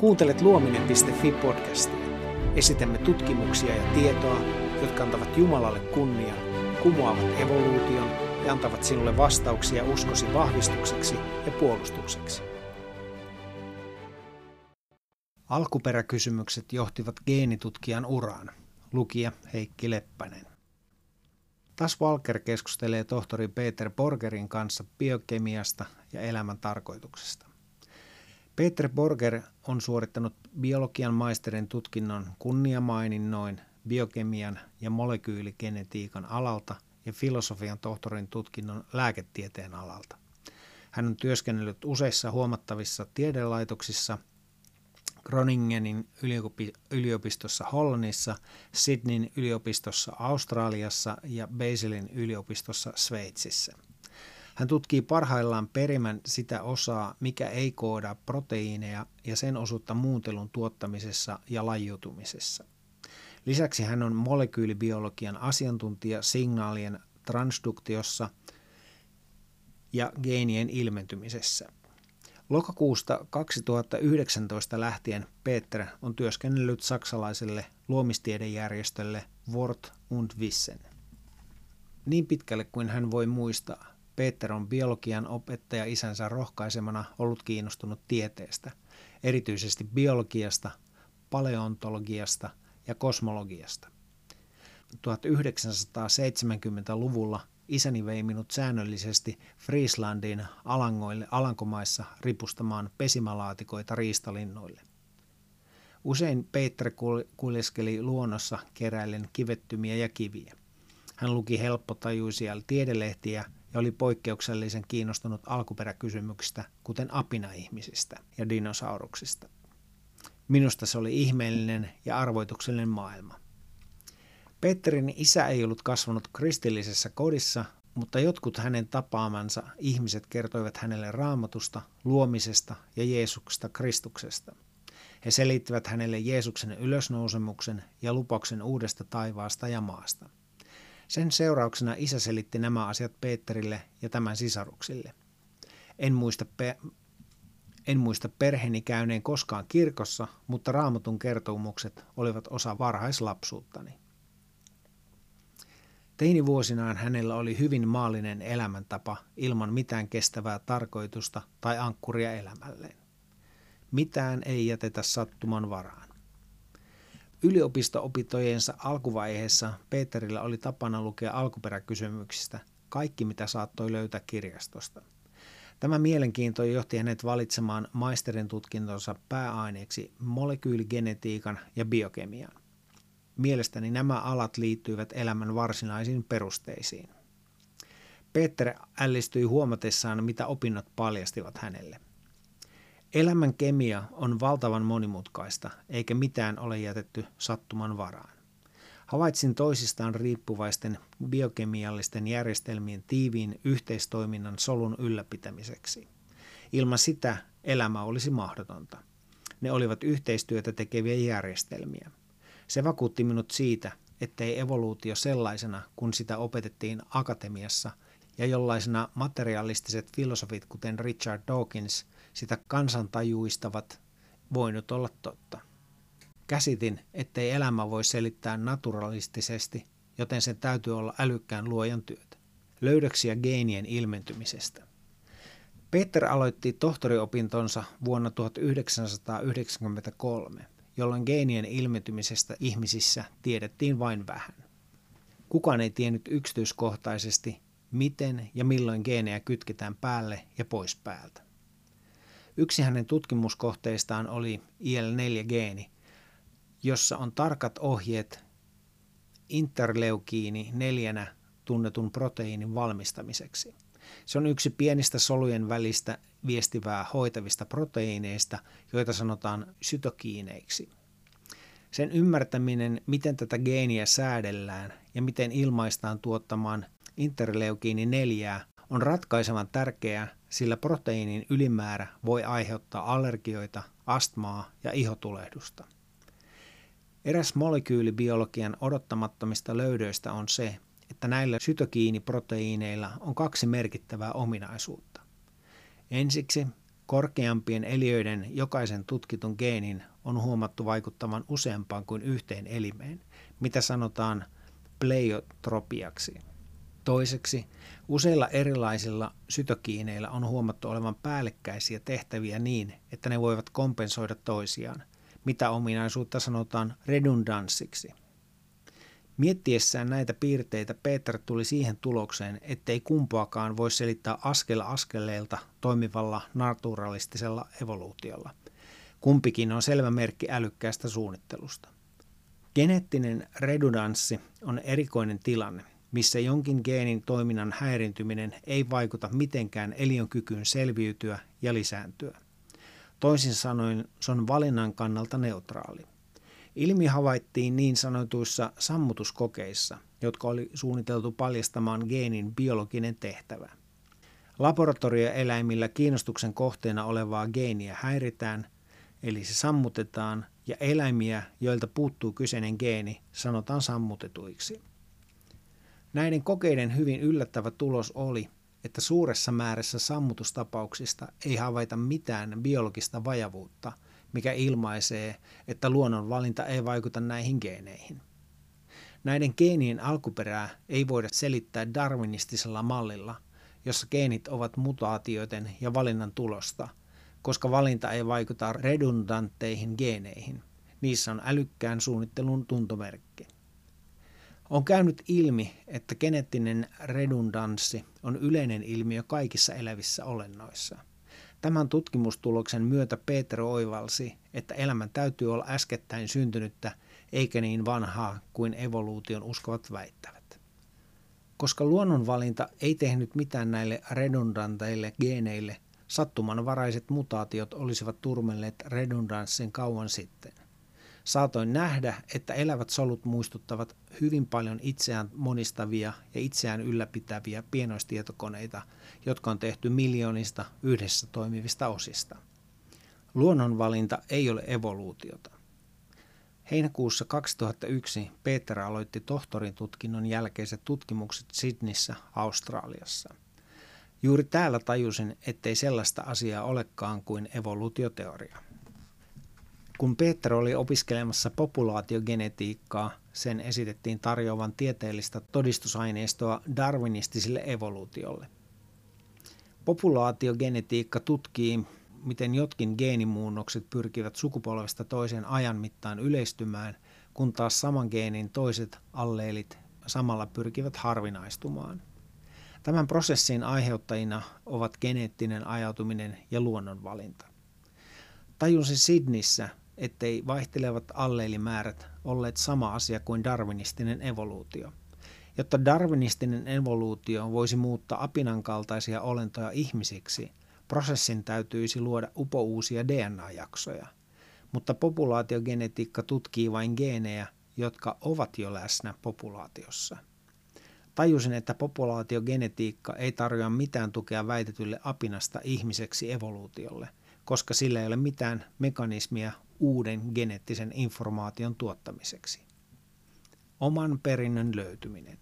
Kuuntelet Luominen.fi-podcastia. Esitämme tutkimuksia ja tietoa, jotka antavat Jumalalle kunnian, kumoavat evoluution ja antavat sinulle vastauksia uskosi vahvistukseksi ja puolustukseksi. Alkuperäkysymykset johtivat geenitutkijan uraan. Lukija Heikki Leppänen. Tas Walker keskustelee tohtori Peter Borgerin kanssa biokemiasta ja elämän tarkoituksesta. Peter Borger on suorittanut biologian maisterin tutkinnon kunniamaininnoin biokemian ja molekyyligenetiikan alalta ja filosofian tohtorin tutkinnon lääketieteen alalta. Hän on työskennellyt useissa huomattavissa tiedelaitoksissa Groningenin yliopistossa Hollannissa, Sydneyn yliopistossa Australiassa ja Baselin yliopistossa Sveitsissä. Hän tutkii parhaillaan perimän sitä osaa, mikä ei kooda proteiineja ja sen osuutta muuntelun tuottamisessa ja laijutumisessa. Lisäksi hän on molekyylibiologian asiantuntija signaalien transduktiossa ja geenien ilmentymisessä. Lokakuusta 2019 lähtien Peter on työskennellyt saksalaiselle luomistiedejärjestölle Wort und Wissen. Niin pitkälle kuin hän voi muistaa, Peter on biologian opettaja isänsä rohkaisemana ollut kiinnostunut tieteestä, erityisesti biologiasta, paleontologiasta ja kosmologiasta. 1970-luvulla isäni vei minut säännöllisesti Frieslandin alangoille Alankomaissa ripustamaan pesimälaatikoita riistalinnoille. Usein Peter kuljeskeli luonnossa keräillen kivettymiä ja kiviä. Hän luki helppotajuisia tiedelehtiä ja oli poikkeuksellisen kiinnostunut alkuperäkysymyksistä, kuten apinaihmisistä ja dinosauruksista. Minusta se oli ihmeellinen ja arvoituksellinen maailma. Peterin isä ei ollut kasvanut kristillisessä kodissa, mutta jotkut hänen tapaamansa ihmiset kertoivat hänelle Raamatusta, luomisesta ja Jeesuksesta Kristuksesta. He selittivät hänelle Jeesuksen ylösnousemuksen ja lupauksen uudesta taivaasta ja maasta. Sen seurauksena isä selitti nämä asiat Peterille ja tämän sisaruksille. En muista perheeni käyneen koskaan kirkossa, mutta Raamatun kertomukset olivat osa varhaislapsuuttani. Teinivuosinaan hänellä oli hyvin maallinen elämäntapa ilman mitään kestävää tarkoitusta tai ankkuria elämälleen. Mitään ei jätetä sattuman varaan. Yliopisto-opintojensa alkuvaiheessa Peterillä oli tapana lukea alkuperäkysymyksistä kaikki, mitä saattoi löytää kirjastosta. Tämä mielenkiinto johti hänet valitsemaan maisterin tutkintonsa pääaineeksi molekyyligenetiikan ja biokemian. Mielestäni nämä alat liittyivät elämän varsinaisiin perusteisiin. Peter ällistyi huomatessaan, mitä opinnot paljastivat hänelle. Elämän kemia on valtavan monimutkaista, eikä mitään ole jätetty sattuman varaan. Havaitsin toisistaan riippuvaisten biokemiallisten järjestelmien tiiviin yhteistoiminnan solun ylläpitämiseksi. Ilman sitä elämä olisi mahdotonta. Ne olivat yhteistyötä tekeviä järjestelmiä. Se vakuutti minut siitä, ettei evoluutio sellaisena, kun sitä opetettiin akatemiassa ja jollaisena materialistiset filosofit kuten Richard Dawkins sitä kansantajuistavat, voinut olla totta. Käsitin, ettei elämä voi selittää naturalistisesti, joten sen täytyy olla älykkään luojan työtä. Löydöksiä geenien ilmentymisestä. Peter aloitti tohtoriopintonsa vuonna 1993, jolloin geenien ilmentymisestä ihmisissä tiedettiin vain vähän. Kukaan ei tiennyt yksityiskohtaisesti, miten ja milloin geenejä kytketään päälle ja pois päältä. Yksi hänen tutkimuskohteistaan oli IL-4-geeni, jossa on tarkat ohjeet interleukiini 4 tunnetun proteiinin valmistamiseksi. Se on yksi pienistä solujen välistä viestivää hoitavista proteiineista, joita sanotaan sytokiineiksi. Sen ymmärtäminen, miten tätä geeniä säädellään ja miten ilmaistaan tuottamaan interleukiini 4, on ratkaisevan tärkeää, sillä proteiinin ylimäärä voi aiheuttaa allergioita, astmaa ja ihotulehdusta. Eräs molekyylibiologian odottamattomista löydöistä on se, että näillä sytokiiniproteiineilla on kaksi merkittävää ominaisuutta. Ensiksi Korkeampien eliöiden jokaisen tutkitun geenin on huomattu vaikuttavan useampaan kuin yhteen elimeen, mitä sanotaan pleiotropiaksi. Toiseksi, useilla erilaisilla sytokiineillä on huomattu olevan päällekkäisiä tehtäviä niin, että ne voivat kompensoida toisiaan, mitä ominaisuutta sanotaan redundanssiksi. Miettiessään näitä piirteitä Peter tuli siihen tulokseen, ettei kumpaakaan voi selittää askel askeleelta toimivalla naturalistisella evoluutiolla. Kumpikin on selvä merkki älykkäästä suunnittelusta. Geneettinen redundanssi on erikoinen tilanne, missä jonkin geenin toiminnan häirintyminen ei vaikuta mitenkään eliön kykyyn selviytyä ja lisääntyä. Toisin sanoen se on valinnan kannalta neutraali. Ilmiö havaittiin niin sanotuissa sammutuskokeissa, jotka oli suunniteltu paljastamaan geenin biologinen tehtävä. Laboratorioeläimillä kiinnostuksen kohteena olevaa geeniä häiritään, eli se sammutetaan, ja eläimiä, joilta puuttuu kyseinen geeni, sanotaan sammutetuiksi. Näiden kokeiden hyvin yllättävä tulos oli, että suuressa määrässä sammutustapauksista ei havaita mitään biologista vajavuutta, mikä ilmaisee, että luonnonvalinta ei vaikuta näihin geeneihin. Näiden geenien alkuperää ei voida selittää darwinistisella mallilla, jossa geenit ovat mutaatioiden ja valinnan tulosta, koska valinta ei vaikuta redundantteihin geeneihin. Niissä on älykkään suunnittelun tuntomerkki. On käynyt ilmi, että geneettinen redundanssi on yleinen ilmiö kaikissa elävissä olennoissa. Tämän tutkimustuloksen myötä Peter oivalsi, että elämän täytyy olla äskettäin syntynyttä eikä niin vanhaa kuin evoluution uskovat väittävät. Koska luonnonvalinta ei tehnyt mitään näille redundanteille geeneille, sattumanvaraiset mutaatiot olisivat turmelleet redundanssin kauan sitten. Saatoin nähdä, että elävät solut muistuttavat hyvin paljon itseään monistavia ja itseään ylläpitäviä pienoistietokoneita, jotka on tehty miljoonista yhdessä toimivista osista. Luonnonvalinta ei ole evoluutiota. Heinäkuussa 2001 Peter aloitti tohtorin tutkinnon jälkeiset tutkimukset Sydneyssä, Australiassa. Juuri täällä tajusin, ettei sellaista asiaa olekaan kuin evoluutioteoria. Kun Peter oli opiskelemassa populaatiogenetiikkaa, sen esitettiin tarjoavan tieteellistä todistusaineistoa darwinistiselle evoluutiolle. Populaatiogenetiikka tutkii, miten jotkin geenimuunnokset pyrkivät sukupolvesta toiseen ajan mittaan yleistymään, kun taas saman geenin toiset alleelit samalla pyrkivät harvinaistumaan. Tämän prosessin aiheuttajina ovat geneettinen ajautuminen ja luonnonvalinta. Tajusin Sydneyssä, ettei vaihtelevat alleelimäärät olleet sama asia kuin darwinistinen evoluutio. Jotta darwinistinen evoluutio voisi muuttaa apinan kaltaisia olentoja ihmisiksi, prosessin täytyisi luoda upouusia DNA-jaksoja. Mutta populaatiogenetiikka tutkii vain geenejä, jotka ovat jo läsnä populaatiossa. Tajusin, että populaatiogenetiikka ei tarjoa mitään tukea väitetylle apinasta ihmiseksi evoluutiolle, koska sillä ei ole mitään mekanismia uuden geneettisen informaation tuottamiseksi. Oman perinnön löytyminen.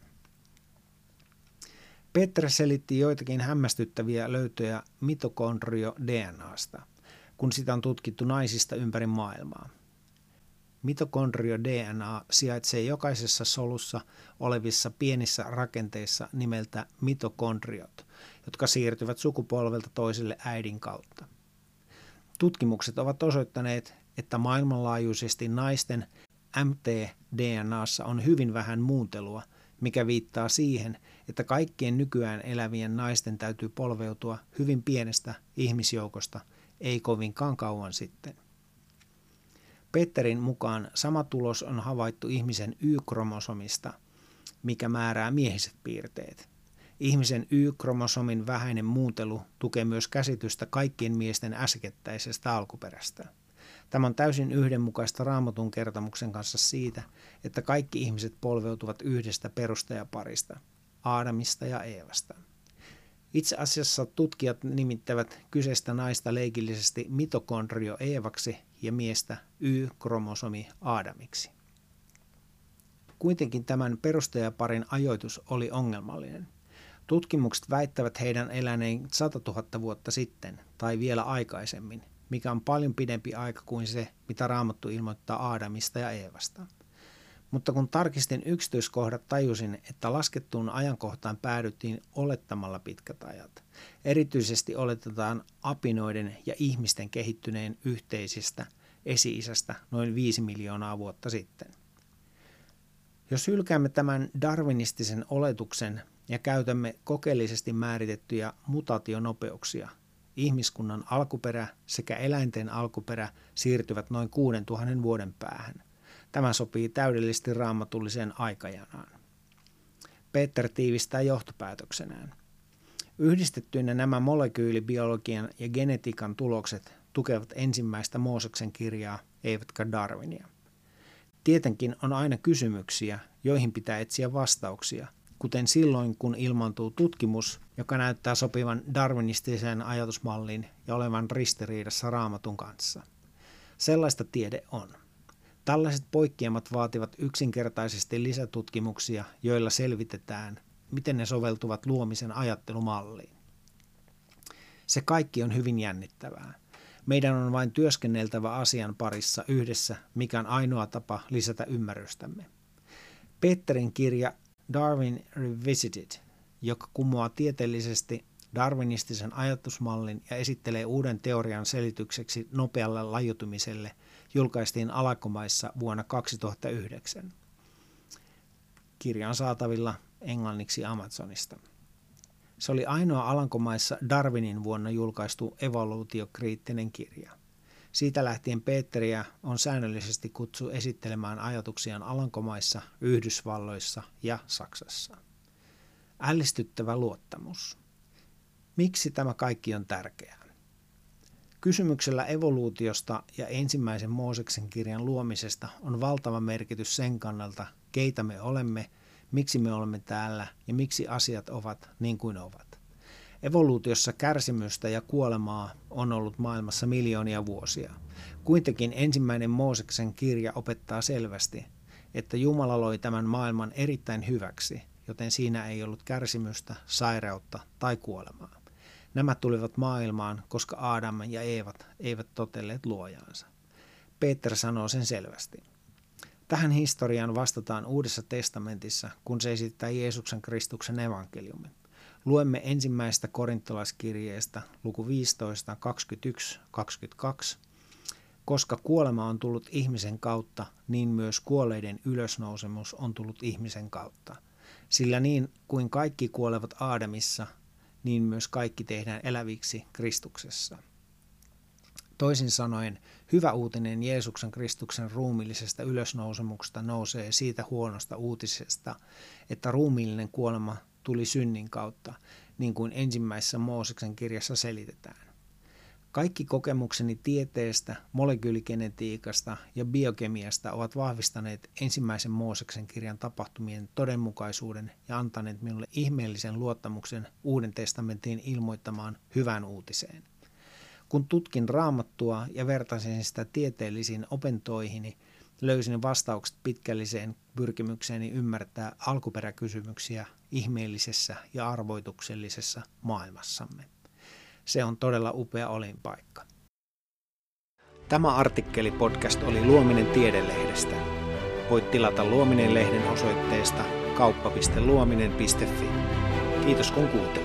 Peter selitti joitakin hämmästyttäviä löytöjä mitokondrio-DNAsta, kun sitä on tutkittu naisista ympäri maailmaa. Mitokondrio-DNA sijaitsee jokaisessa solussa olevissa pienissä rakenteissa nimeltä mitokondriot, jotka siirtyvät sukupolvelta toiselle äidin kautta. Tutkimukset ovat osoittaneet, että maailmanlaajuisesti naisten mtDNAssa on hyvin vähän muuntelua, mikä viittaa siihen, että kaikkien nykyään elävien naisten täytyy polveutua hyvin pienestä ihmisjoukosta, ei kovinkaan kauan sitten. Peterin mukaan sama tulos on havaittu ihmisen Y-kromosomista, mikä määrää miehiset piirteet. Ihmisen Y-kromosomin vähäinen muuntelu tukee myös käsitystä kaikkien miesten äskettäisestä alkuperästä. Tämä on täysin yhdenmukaista Raamatun kertomuksen kanssa siitä, että kaikki ihmiset polveutuvat yhdestä perustajaparista, Aadamista ja Eevasta. Itse asiassa tutkijat nimittävät kyseistä naista leikillisesti mitokondrio Eevaksi ja miestä Y-kromosomi Aadamiksi. Kuitenkin tämän perustajaparin ajoitus oli ongelmallinen. Tutkimukset väittävät heidän eläneen 100 000 vuotta sitten tai vielä aikaisemmin, mikä on paljon pidempi aika kuin se, mitä Raamattu ilmoittaa Aadamista ja Eevasta. Mutta kun tarkistin yksityiskohdat, tajusin, että laskettuun ajankohtaan päädyttiin olettamalla pitkät ajat. Erityisesti oletetaan apinoiden ja ihmisten kehittyneen yhteisistä esi-isästä noin 5 miljoonaa vuotta sitten. Jos hylkäämme tämän darwinistisen oletuksen ja käytämme kokeellisesti määritettyjä mutaationopeuksia, ihmiskunnan alkuperä sekä eläinten alkuperä siirtyvät noin 6000 vuoden päähän. Tämä sopii täydellisesti raamatulliseen aikajanaan. Peter tiivistää johtopäätöksenään. Yhdistettyinä nämä molekyylibiologian ja genetiikan tulokset tukevat ensimmäistä Mooseksen kirjaa, eivätkä Darwinia. Tietenkin on aina kysymyksiä, joihin pitää etsiä vastauksia, kuten silloin, kun ilmaantuu tutkimus, joka näyttää sopivan darwinistiseen ajatusmalliin ja olevan ristiriidassa Raamatun kanssa. Sellaista tiede on. Tällaiset poikkeamat vaativat yksinkertaisesti lisätutkimuksia, joilla selvitetään, miten ne soveltuvat luomisen ajattelumalliin. Se kaikki on hyvin jännittävää. Meidän on vain työskenneltävä asian parissa yhdessä, mikä on ainoa tapa lisätä ymmärrystämme. Peterin kirja Darwin Revisited, joka kumoaa tieteellisesti darwinistisen ajatusmallin ja esittelee uuden teorian selitykseksi nopealle lajutumiselle, julkaistiin Alankomaissa vuonna 2009. Kirja on saatavilla englanniksi Amazonista. Se oli ainoa Alankomaissa Darwinin vuonna julkaistu evoluutiokriittinen kirja. Siitä lähtien Peteriä on säännöllisesti kutsu esittelemään ajatuksiaan Alankomaissa, Yhdysvalloissa ja Saksassa. Ällistyttävä luottamus. Miksi tämä kaikki on tärkeää? Kysymyksellä evoluutiosta ja ensimmäisen Mooseksen kirjan luomisesta on valtava merkitys sen kannalta, keitä me olemme, miksi me olemme täällä ja miksi asiat ovat niin kuin ovat. Evoluutiossa kärsimystä ja kuolemaa on ollut maailmassa miljoonia vuosia. Kuitenkin ensimmäinen Mooseksen kirja opettaa selvästi, että Jumala loi tämän maailman erittäin hyväksi, joten siinä ei ollut kärsimystä, sairautta tai kuolemaa. Nämä tulivat maailmaan, koska Aadam ja Eevat eivät totelleet luojaansa. Peter sanoo sen selvästi. Tähän historiaan vastataan Uudessa testamentissa, kun se esittää Jeesuksen Kristuksen evankeliumin. Luemme ensimmäisestä korintolaiskirjeestä luku 15, 21-22. Koska kuolema on tullut ihmisen kautta, niin myös kuolleiden ylösnousemus on tullut ihmisen kautta. Sillä niin kuin kaikki kuolevat Aadamissa, niin myös kaikki tehdään eläviksi Kristuksessa. Toisin sanoen, hyvä uutinen Jeesuksen Kristuksen ruumiillisesta ylösnousemuksesta nousee siitä huonosta uutisesta, että ruumiillinen kuolema tuli synnin kautta, niin kuin ensimmäisessä Mooseksen kirjassa selitetään. Kaikki kokemukseni tieteestä, molekyyligenetiikasta ja biokemiasta ovat vahvistaneet ensimmäisen Mooseksen kirjan tapahtumien todenmukaisuuden ja antaneet minulle ihmeellisen luottamuksen Uuden testamentin ilmoittamaan hyvään uutiseen. Kun tutkin Raamattua ja vertasin sitä tieteellisiin opintoihini, löysin vastaukset pitkälliseen pyrkimykseeni ymmärtää alkuperäkysymyksiä ihmeellisessä ja arvoituksellisessa maailmassamme. Se on todella upea olinpaikka. Tämä artikkelipodcast oli Luominen Tiedelehdestä. Voit tilata Luominen-lehden osoitteesta kauppa.luominen.fi. Kiitos kun kuuntelit.